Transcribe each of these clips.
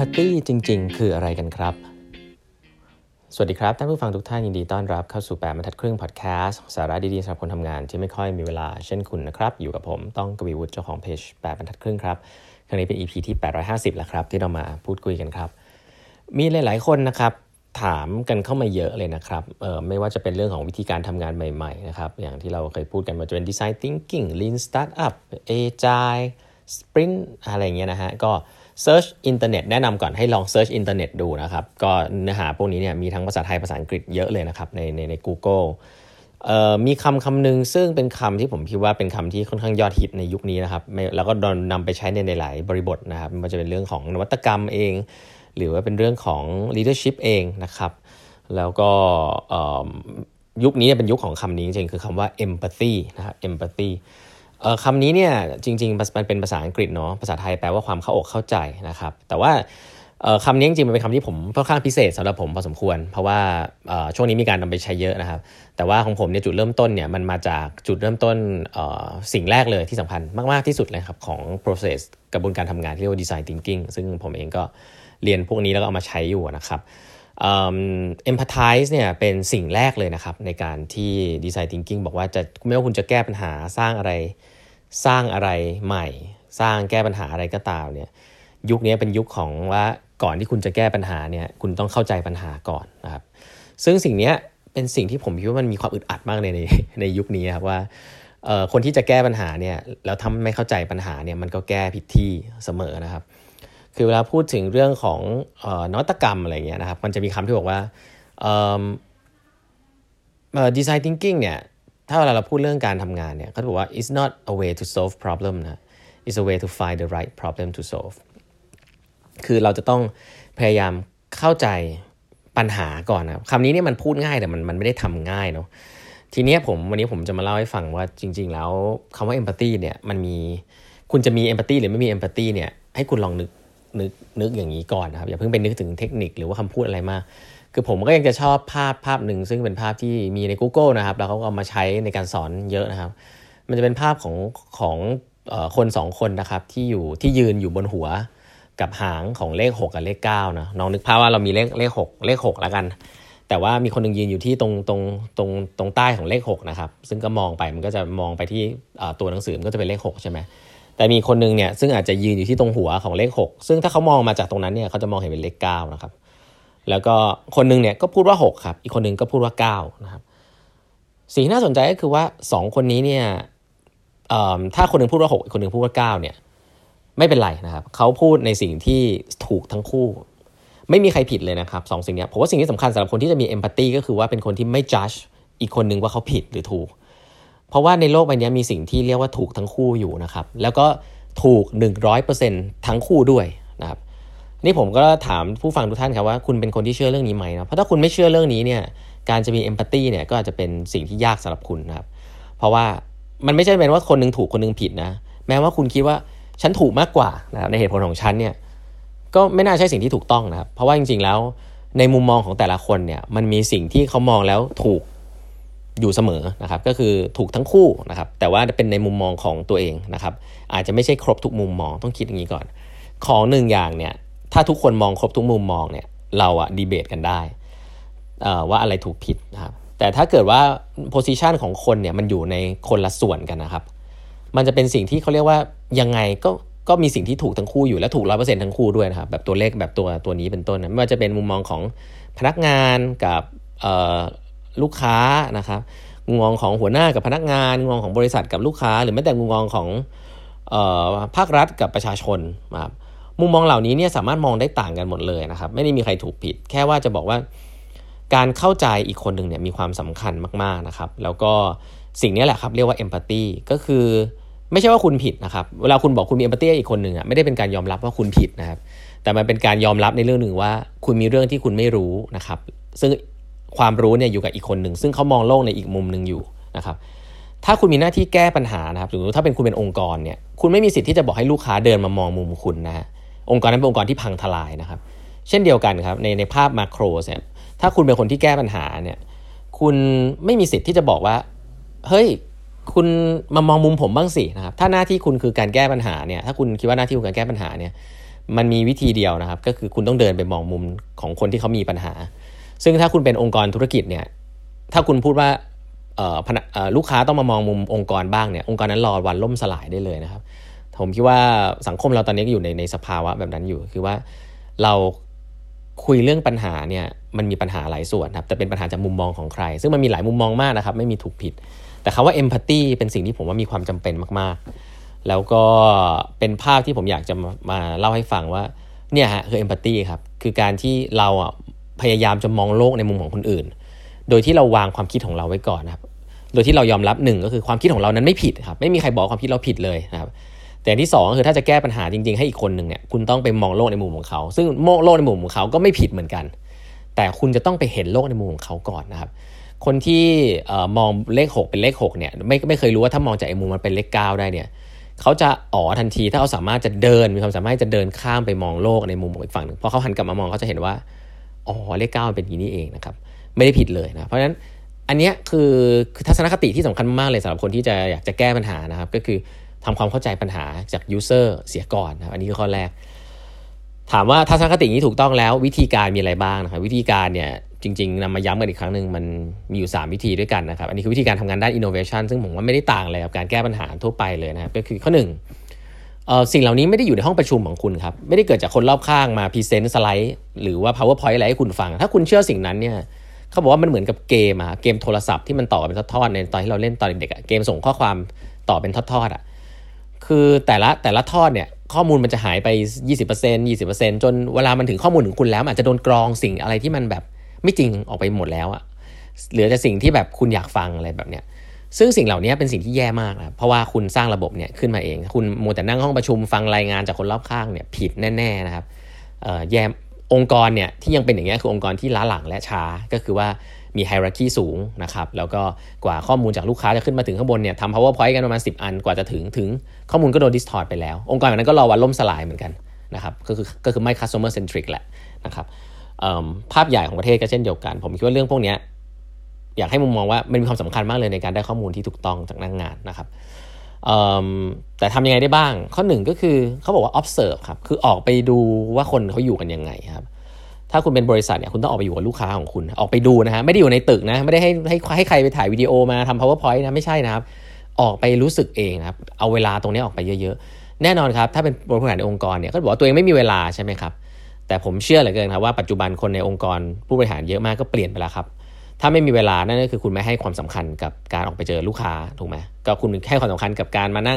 Empathy จริงๆคืออะไรกันครับสวัสดีครับท่านผู้ฟังทุกท่านยินดีต้อนรับเข้าสู่8บรรทัดครึ่งพอดแคสต์สาระดีๆสำหรับคนทำงานที่ไม่ค่อยมีเวลาเช่นคุณนะครับอยู่กับผมต้องกวีวุฒิเจ้าของเพจ8บรรทัดครึ่งครับครั้งนี้เป็น EP ที่850แล้วครับที่เรามาพูดคุยกันครับมีหลายๆคนนะครับถามกันเข้ามาเยอะเลยนะครับไม่ว่าจะเป็นเรื่องของวิธีการทำงานใหม่ๆนะครับอย่างที่เราเคยพูดกันมาจะเป็น Design Thinking Lean Startup Agile Sprint อะไรอย่างเงี้ยนะฮะก็เซิร์ชอินเทอร์เน็ตแนะนำก่อนให้ลองเซิร์ชอินเทอร์เน็ตดูนะครับก็เนื้อหาพวกนี้เนี่ยมีทั้งภาษาไทยภาษาอังกฤษเยอะเลยนะครับใน Google มีคำหนึ่งซึ่งเป็นคำที่ผมคิดว่าเป็นคำที่ค่อนข้างยอดฮิตในยุคนี้นะครับแล้วก็โดนนำไปใช้ในหลายบริบทนะครับมันจะเป็นเรื่องของนวัตกรรมเองหรือว่าเป็นเรื่องของ leadership เองนะครับแล้วก็ยุคนี้เป็นยุคของคำนี้จริงๆคือคำว่า empathy นะครับ empathyคำนี้เนี่ยจริงๆมันเป็นภาษาอังกฤษเนาะภาษาไทยแปลว่าความเข้าอกเข้าใจนะครับแต่ว่าคำนี้จริงๆมันเป็นคำที่ผมค่อนข้างพิเศษสำหรับผมพอสมควรเพราะว่าช่วงนี้มีการนำไปใช้เยอะนะครับแต่ว่าของผมเนี่ยจุดเริ่มต้นเนี่ยมันมาจากจุดเริ่มต้นสิ่งแรกเลยที่สำคัญมากๆที่สุดเลยครับของ process กระบวนการทำงานที่เรียกว่า design thinking ซึ่งผมเองก็เรียนพวกนี้แล้วก็เอามาใช้อยู่นะครับempathize เนี่ยเป็นสิ่งแรกเลยนะครับในการที่ design thinking บอกว่าไม่ว่าคุณจะแก้ปัญหาสร้างอะไรใหม่สร้างแก้ปัญหาอะไรก็ตามเนี่ยยุคนี้เป็นยุคของว่าก่อนที่คุณจะแก้ปัญหาเนี่ยคุณต้องเข้าใจปัญหาก่อนนะครับซึ่งสิ่งนี้เป็นสิ่งที่ผมคิดว่ามันมีความอึดอัดมากในยุคนี้ครับว่าคนที่จะแก้ปัญหาเนี่ยแล้วทำไม่เข้าใจปัญหาเนี่ยมันก็แก้ผิดที่เสมอนะครับคือเวลาพูดถึงเรื่องของนวัตกรรมอะไรเงี้ยนะครับมันจะมีคำที่บอกว่าdesign thinking เนี่ยถ้าเวลาเราพูดเรื่องการทำงานเนี่ยเขาบอกว่า it's not a way to solve problem นะ it's a way to find the right problem to solve คือเราจะต้องพยายามเข้าใจปัญหาก่อนนะคำนี้เนี่ยมันพูดง่ายแต่มันไม่ได้ทำง่ายเนาะทีเนี้ยวันนี้ผมจะมาเล่าให้ฟังว่าจริงๆแล้วคำว่า empathy เนี่ยมันมีคุณจะมี empathy หรือไม่มี empathy เนี่ยให้คุณลองนึกอย่างนี้ก่อนนะครับอย่าเพิ่งไปนึกถึงเทคนิคหรือว่าคำพูดอะไรมากคือผมก็ยังจะชอบภาพหนึ่งซึ่งเป็นภาพที่มีใน Google นะครับแล้วเขาก็เอามาใช้ในการสอนเยอะนะครับมันจะเป็นภาพของคน2คนนะครับที่ยืนอยู่บนหัวกับหางของเลข6กับเลข9นะน้องนึกภาพว่าเรามีเลข6แล้วกันแต่ว่ามีคนนึงยืนอยู่ที่ตรงใต้ของเลข6นะครับซึ่งก็มองไปมันก็จะมองไปที่ตัวหนังสือมันก็จะเป็นเลข6ใช่ไหมแต่มีคนนึงเนี่ยซึ่งอาจจะยืนอยู่ที่ตรงหัวของเลข6ซึ่งถ้าเขามองมาจากตรงนั้นเนี่ยเขาจะมองเห็นเป็นเลข9นะครับแล้วก็คนนึงเนี่ยก็พูดว่า6ครับอีกคนนึงก็พูดว่า9นะครับสิ่งที่น่าสนใจก็คือว่า2คนนี้เนี่ยถ้าคนนึงพูดว่า6อีกคนนึงพูดว่า9เนี่ยไม่เป็นไรนะครับเขาพูดในสิ่งที่ถูกทั้งคู่ไม่มีใครผิดเลยนะครับ2สิ่งนี้ผมว่าสิ่งที่สำคัญสำหรับคนที่จะมี empathy ก็คือว่าเป็นคนที่ไม่ judge อีกคนนึงว่าเขาผิดหรือถูกเพราะว่าในโลกใบนี้มีสิ่งที่เรียกว่าถูกทั้งคู่อยู่นะครับแล้วก็ถูก 100% ทั้งคู่ด้วยนะครับนี่ผมก็ถามผู้ฟังทุกท่านครับว่าคุณเป็นคนที่เชื่อเรื่องนี้ไหมนะเพราะถ้าคุณไม่เชื่อเรื่องนี้เนี่ยการจะมี empathy เนี่ยก็อาจจะเป็นสิ่งที่ยากสำหรับคุณนะครับเพราะว่ามันไม่ใช่เป็นว่าคนนึงถูกคนนึงผิดนะแม้ว่าคุณคิดว่าฉันถูกมากกว่านะครับในเหตุผลของฉันเนี่ยก็ไม่น่าใช่สิ่งที่ถูกต้องนะครับเพราะว่าจริงๆแล้วในมุมมองของแต่ละคนเนี่ยมันมีสิ่งที่เขามองแล้วถูกอยู่เสมอนะครับก็คือถูกทั้งคู่นะครับแต่ว่าเป็นในมุมมองของตัวเองนะครับอาจจะไม่ใช่ครบทุกมุมมองต้องคิดอย่างนี้ก่อนของหนึ่งอย่างเนี่ยถ้าทุกคนมองครบทุกมุมมองเนี่ยเราดีเบตกันได้ว่าอะไรถูกผิดนะครับแต่ถ้าเกิดว่าโพสิชันของคนเนี่ยมันอยู่ในคนละส่วนกันนะครับมันจะเป็นสิ่งที่เขาเรียกว่ายังไงก็มีสิ่งที่ถูกทั้งคู่อยู่และถูก 100% ทั้งคู่ด้วยนะครับแบบตัวเลขแบบตัวนี้เป็นต้นนะไม่ว่าจะเป็นมุมมองของพนักงานกับลูกค้านะครับมุมมองของหัวหน้ากับพนักงานมุมมองของบริษัทกับลูกค้าหรือแม้แต่มุมมองของภาครัฐกับประชาชนนะครับมุมมองเหล่านี้เนี่ยสามารถมองได้ต่างกันหมดเลยนะครับไม่ได้มีใครถูกผิดแค่ว่าจะบอกว่าการเข้าใจอีกคนหนึ่งเนี่ยมีความสำคัญมากๆนะครับแล้วก็สิ่งนี้แหละครับเรียกว่า empathy ก็คือไม่ใช่ว่าคุณผิดนะครับเวลาคุณบอกคุณมี empathy อีกคนหนึ่งไม่ได้เป็นการยอมรับว่าคุณผิดนะครับแต่มันเป็นการยอมรับในเรื่องหนึ่งว่าคุณมีเรื่องที่คุณไม่รู้นะครับซึ่งความรู้เนี่ยอยู่กับอีกคนหนึ่งซึ่งเขามองโลกในอีกมุมนึงอยู่นะครับถ้าคุณมีหน้าที่แก้ปัญหานะครับหรือถ้าเป็นคุณเป็นองค์กรเนี่ยคุณไม่มีสิทธิ์ที่จะบอกให้ลูกค้าเดินมามองมุมคุณนะฮะองค์กรนั้นเป็นองค์กรที่พังทลายนะครับเช่นเดียวกันครับในภาพมาโครเนี่ยถ้าคุณเป็นคนที่แก้ปัญหาเนี่ยคุณไม่มีสิทธิ์ที่จะบอกว่าเฮ้ยคุณมามองมุมผมบ้างสินะครับถ้าหน้าที่คุณคือการแก้ปัญหาเนี่ยถ้าคุณคิดว่าหน้าที่คุณการแก้ปัญหาเนี่ยมันมีวิธีเดียวนะครับก็คือคุณต้องเดินไปมองมุมของคนที่เขามีปัญหาซึ่งถ้าคุณเป็นองค์กรธุรกิจเนี่ยถ้าคุณพูดว่าลูกค้าต้องมามองมุมองค์กรบ้างเนี่ยองค์กรนั้นรอวันล่มสลายได้เลยนะครับผมคิดว่าสังคมเราตอนนี้ก็อยู่ในสภาวะแบบนั้นอยู่คือว่าเราคุยเรื่องปัญหาเนี่ยมันมีปัญหาหลายส่วนครับแต่เป็นปัญหาจากมุมมองของใครซึ่งมันมีหลายมุมมองมากนะครับไม่มีถูกผิดแต่คำว่า empathy เป็นสิ่งที่ผมว่ามีความจำเป็นมากๆแล้วก็เป็นภาพที่ผมอยากจะมาเล่าให้ฟังว่าเนี่ยฮะคือ empathy ครับคือการที่เราพยายามจะมองโลกในมุมของคนอื่นโดยที่เราวางความคิดของเราไว้ก่อนนะครับโดยที่เรายอมรับหนึ่งก็คือความคิดของเรานั้นไม่ผิดครับไม่มีใครบอกความคิดเราผิดเลยนะครับแต่ที่สองก็คือถ้าจะแก้ปัญหาจริงๆให้อีกคนหนึ่งเนี่ยคุณต้องไปมองโลกในมุมของเขาซึ่งโลกในมุมของเขาก็ไม่ผิดเหมือนกันแต่คุณจะต้องไปเห็นโลกในมุมของเขาก่อนนะครับคนที่มองเลข6เป็นเลข6เนี่ยไม่เคยรู้ว่าถ้ามองจากไอ้มุมมันเป็นเลข9ได้เนี่ยเขาจะทันทีถ้าเขาสามารถจะมีความสามารถจะเดินข้ามไปมองโลกในมุมของอีกฝั่งนึงพอเขาหันกลับมามองเขาจะเห็นว่าเลข9มันเป็นอย่างนี้เองนะครับไม่ได้ผิดเลยนะเพราะฉะนั้นอันนี้คือทัศนคติที่สำคัญมากเลยสำหรับคนที่จะอยากจะแก้ปัญหานะครับก็คือทำความเข้าใจปัญหาจาก user เสียก่อนนะอันนี้คือข้อแรกถามว่าทัศนคตินี้ถูกต้องแล้ววิธีการมีอะไรบ้างนะครับวิธีการเนี่ยจริงๆนำมาย้ำกันอีกครั้งนึงมันมีอยู่3วิธีด้วยกันนะครับอันนี้คือวิธีการทำงานด้าน innovation ซึ่งผมว่าไม่ได้ต่างอะไรกับการแก้ปัญหาทั่วไปเลยนะครับก็คือข้อ1สิ่งเหล่านี้ไม่ได้อยู่ในห้องประชุมของคุณครับไม่ได้เกิดจากคนรอบข้างมาพรีเซนต์สไลด์หรือว่า powerpoint อะไรให้คุณฟังถ้าคุณเชื่อสิ่งนั้นเนี่ยเขาบอกว่ามันเหมือนกับเกมเกมโทรศัพท์ที่มันต่อเป็นทอดๆในตอนที่เราเล่นตอนเด็กๆเกมส่งข้อความต่อเป็นทอดๆคือแต่ละทอดเนี่ยข้อมูลมันจะหายไป 20% จนเวลามันถึงข้อมูลถึงคุณแล้วอาจจะโดนกรองสิ่งอะไรที่มันแบบไม่จริงออกไปหมดแล้วเหลือแต่สิ่งที่แบบคุณอยากฟังอะไรแบบเนี้ยซึ่งสิ่งเหล่านี้เป็นสิ่งที่แย่มากนะเพราะว่าคุณสร้างระบบเนี่ยขึ้นมาเองคุณมัวแต่นั่งห้องประชุมฟังรายงานจากคนรอบข้างเนี่ยผิดแน่ๆนะครับแย่องค์กรเนี่ยที่ยังเป็นอย่างนี้คือองค์กรที่ล้าหลังและช้าก็คือว่ามีไฮรักีสูงนะครับแล้วก็กว่าข้อมูลจากลูกค้าจะขึ้นมาถึงข้างบนเนี่ยทำ powerpoint กันประมาณ10 อันกว่าจะถึงข้อมูลก็โดน distort ไปแล้วองค์กรแบบนั้นก็รอวันล่มสลายเหมือนกันนะครับก็คือไม่ customer centric แหละนะครับภาพใหญ่ของประเทศก็เช่นเดียวกันผมคิดว่าเรื่องพวกนี้อยากให้มุมมองว่ามันมีความสำคัญมากเลยในการได้ข้อมูลที่ถูกต้องจากนักงานนะครับแต่ทำยังไงได้บ้างข้อ1ก็คือเขาบอกว่า observe ครับคือออกไปดูว่าคนเขาอยู่กันยังไงครับถ้าคุณเป็นบริษัทเนี่ยคุณต้องออกไปอยู่กับลูกค้าของคุณออกไปดูนะฮะไม่ได้อยู่ในตึกนะไม่ได้ให้ใครไปถ่ายวิดีโอมาทำ powerpoint นะไม่ใช่นะครับออกไปรู้สึกเองนะครับเอาเวลาตรงนี้ออกไปเยอะๆแน่นอนครับถ้าเป็นบริษัทในองค์กรเนี่ยก็บอกว่าตัวเองไม่มีเวลาใช่ไหมครับแต่ผมเชื่อเหลือเกินครับว่าปัจจุบันคนในองค์กรผู้บริหารเยอะมากก็เปลี่ยนไปแล้วครับถ้าไม่มีเวลานั่นก็คือคุณไม่ให้ความสำคัญกับการออกไปเจอลูกค้าถูกไหมก็คุณให้ความสำคัญกับการมานั่ง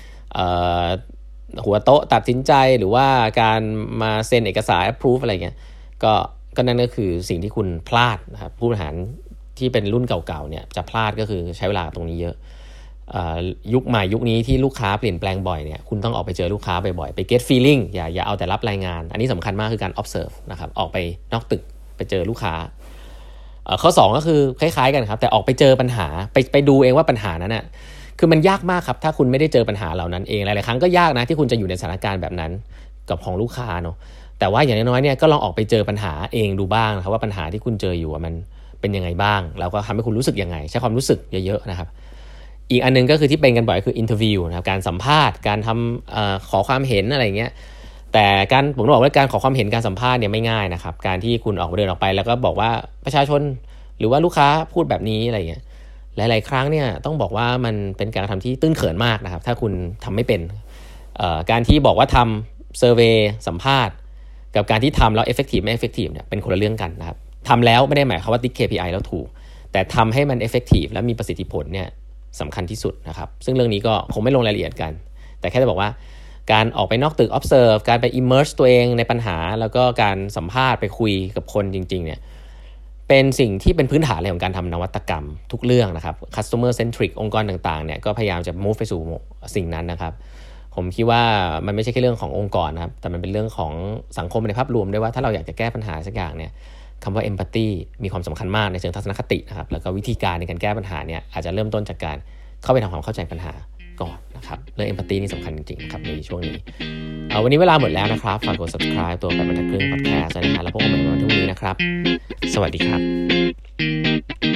หัวโต๊ะตัดสินใจหรือว่าการมาเซ็นเอกสาร approve อะไรเงี้ยก็นั่นก็คือสิ่งที่คุณพลาดนะครับผู้บริหารที่เป็นรุ่นเก่าๆเนี่ยจะพลาดก็คือใช้เวลาตรงนี้เยอะยุคใหม่ยุคนี้ที่ลูกค้าเปลี่ยนแปลงบ่อยเนี่ยคุณต้องออกไปเจอลูกค้าบ่อยๆไป get feeling อย่าเอาแต่รับรายงานอันนี้สำคัญมากคือการ observe นะครับออกไปนอกตึกไปเจอลูกค้าข้อ2ก็คือคล้ายๆกันครับแต่ออกไปเจอปัญหาไปดูเองว่าปัญหานั้นน่ะคือมันยากมากครับถ้าคุณไม่ได้เจอปัญหาเหล่านั้นเองหลายๆครั้งก็ยากนะที่คุณจะอยู่ในสถานการณ์แบบนั้นกับของลูกค้าเนาะแต่ว่าอย่างน้อยๆเนี่ยก็ลองออกไปเจอปัญหาเองดูบ้างนะครับว่าปัญหาที่คุณเจออยู่มันเป็นยังไงบ้างแล้วก็ทำให้คุณรู้สึกยังไงใช้ความรู้สึกเยอะๆนะครับอีกอันนึงก็คือที่เป็นกันบ่อยคืออินเทอร์วิวนะครับการสัมภาษณ์การทำขอความเห็นอะไรเงี้ยแต่ผมต้องบอกว่าการขอความเห็นการสัมภาษณ์เนี่ยไม่ง่ายนะครับการที่คุณเดินออกไปแล้วก็บอกว่าประชาชนหรือว่าลูกค้าพูดแบบนี้อะไรเงี้ยหลายๆครั้งเนี่ยต้องบอกว่ามันเป็นการกระทำที่ตื้นเขินมากนะครับถ้าคุณทำไม่เป็นการที่บอกว่าทำเซอร์เวย์สัมภาษณ์กับการที่ทำแล้ว effective ไม่ effective เนี่ยเป็นคนละเรื่องกันนะครับทำแล้วไม่ได้หมายความว่าติ๊ก KPI แล้วถูกแต่ทำให้มัน effective และมีประสิทธิผลเนี่ยสำคัญที่สุดนะครับซึ่งเรื่องนี้ก็คงไม่ลงรายละเอียดกันแต่แค่จะบอกว่าการออกไปนอกตึก observe การไป immerse ตัวเองในปัญหาแล้วก็การสัมภาษณ์ไปคุยกับคนจริงๆเนี่ยเป็นสิ่งที่เป็นพื้นฐานเลยของการทำนวัตกรรมทุกเรื่องนะครับ customer centric องค์กรต่างๆเนี่ยก็พยายามจะ move ไปสู่สิ่งนั้นนะครับผมคิดว่ามันไม่ใช่แค่เรื่องขององค์กรนะครับแต่มันเป็นเรื่องของสังคมในภาพรวมด้วยว่าถ้าเราอยากจะแก้ปัญหาสักอย่างเนี่ยคำว่า empathy มีความสำคัญมากในเชิงทัศนคตินะครับแล้วก็วิธีการในการแก้ปัญหาเนี่ยอาจจะเริ่มต้นจากการเข้าไปทำความเข้าใจปัญหาก่อนนะครับเรื่อง empathy นี่สำคัญจริงๆครับในช่วงนี้วันนี้เวลาหมดแล้วนะครับฝากกด subscribe ตัว8 บรรทัดครึ่ง podcast นะฮะแล้วพบกันใหม่วันพรุ่งนี้นะครับสวัสดีครับ